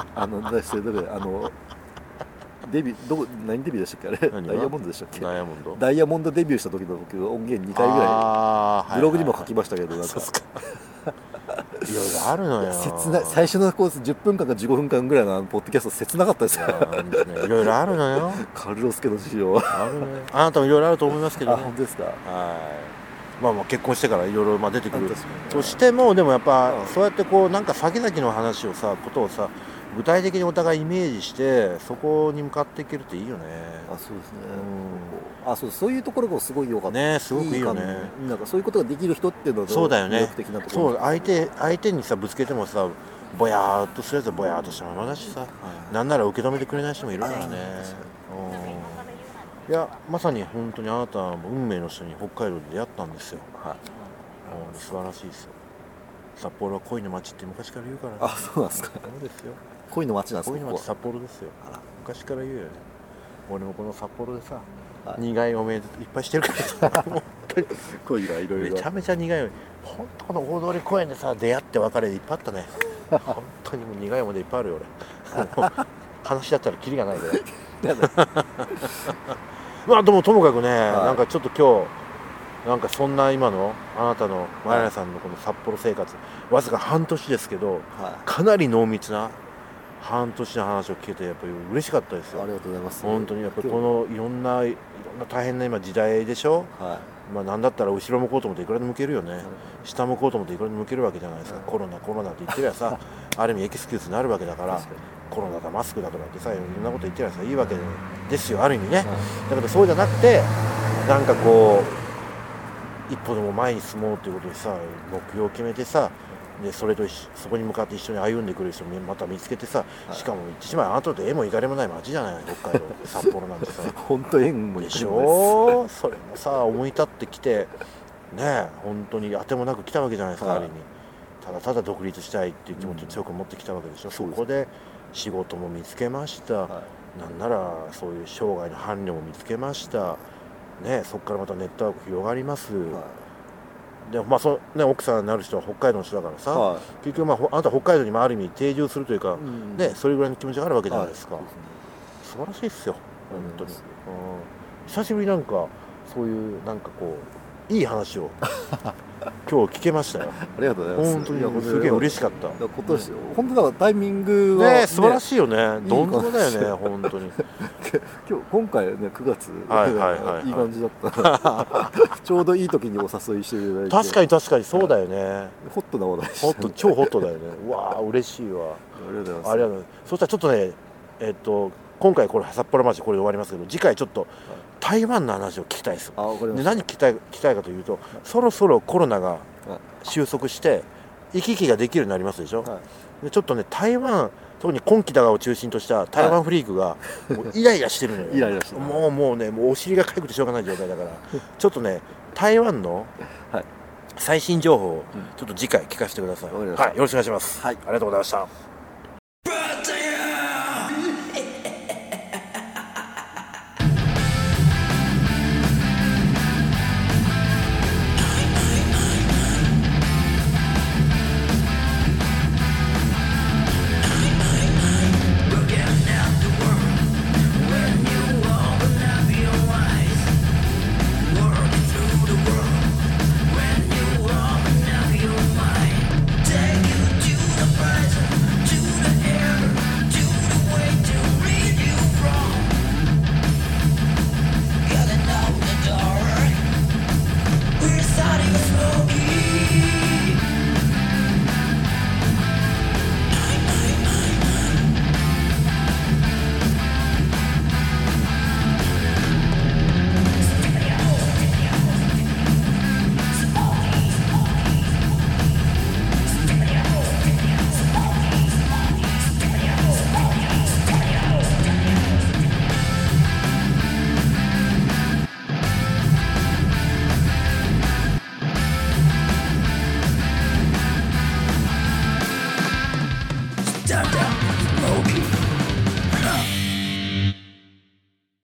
デビュー何デビューでしたっけ、あれダイヤモンドでしたっけ。ダイヤモンドデビューした時の音源2回ぐらいブログにも書きましたけど、なんかいろいろあるのよ。 最初のコース10分間か15分間ぐらいのポッドキャスト切なかったですよ。 いろいろあるのよ。 カルロスケの事情あるね。あなたもいろいろあると思いますけどね。 本当ですか。はい。 まあ結婚してからいろいろ出てくるとしても、でもやっぱそうやってこうなんか先々の話をさ、ことをさ、具体的にお互いイメージしてそこに向かっていけるといいよね。 あ、そうですね。そういうところがすごい良かったね。すごくいいよね。 なんかそういうことができる人っていうのはそうだよね。 魅力的なところ。 そう、相手にさぶつけてもさ、ぼやーっとするやつはぼやーっとしたままだしさ、なんなら受け止めてくれない人もいるからね。いや、まさに本当にあなたは運命の人に北海道で出会ったんですよ。はい。素晴らしいですよ。札幌は恋の街って昔から言うから、ね。 あ、そうなんですか。 そうですよ。 恋の街なんですか。 恋の街札幌ですよ。昔から言うよね。俺もこの札幌でさ、苦い思い出いっぱいしてるからさ、本当に恋がいろいろ。 めちゃめちゃ苦い。本当この大通公園でさ、出会って別れいっぱいあったね。本当にもう苦い思い出いっぱいあるよ俺。話だったらキリがないぐらい。まあでもともかくね、なんかちょっと今日なんかそんな今のあなたのマヤさんのこの札幌生活、わずか半年ですけど、かなり濃密な半年の話を聞けてやっぱり嬉しかったですよ。 ありがとうございます。 本当にやっぱりこのいろんな大変な今時代でしょ。まあなんだったら後ろ向こうと思っていくらでも向けるよね。下向こうと思っていくらでも向けるわけじゃないですか。コロナって言ってりゃさ、ある意味エキスキューズになるわけだから。コロナだマスクだとかってさ、いろんなこと言ってりゃさいいわけですよ、ある意味ね。だけどそうじゃなくて、なんかこう一歩でも前に進もうということでさ、目標を決めてさ、でそこに向かって一緒に歩んでくる人をまた見つけてさ、しかも言ってしまえばあなたと縁も行かれもない街じゃない、北海道札幌なんてさ。 本当縁も行かれもないでしょ。それもさ思い立ってきてね、本当にあてもなく来たわけじゃないですか、ある意味。ただただ独立したいっていう気持ちを強く持ってきたわけでしょ。そこで仕事も見つけました、なんならそういう生涯の伴侶も見つけました、ね、そこからまたネットワーク広がります、でまあね、奥さんになる人は北海道の人だからさ、結局、まあ、あなた北海道にもある意味定住するというか、ね、それぐらいの気持ちがあるわけじゃないですか、素晴らしいですよ本当に、久しぶりなんかそういうなんかこういい話を今日聞けましたよ。 ありがとうございます。 本当にすげえ嬉しかった。 今年本当だからタイミングはね素晴らしいよね。どんどんだよね本当に。 今回ね9月いい感じだった。ちょうどいい時にお誘いしていただいて。確かにそうだよね。 ホットな話題。 超ホットだよね。うわあ嬉しいわ。 ありがとうございます。 ありがとうございます。そしたらちょっとね今回これ札幌町これで終わりますけど、次回ちょっと台湾の話を聞きたいです。で何聞きたいかというと、そろそろコロナが収束して行き来ができるようになりますでしょ。でちょっとね台湾、特に今期高を中心とした台湾フリークがもうイライラしてるのよ。 イライラしてる。 もうお尻がかゆくてしょうがない状態だからちょっとね台湾の最新情報をちょっと次回聞かせてください。はい、よろしくお願いします。はい、ありがとうございました。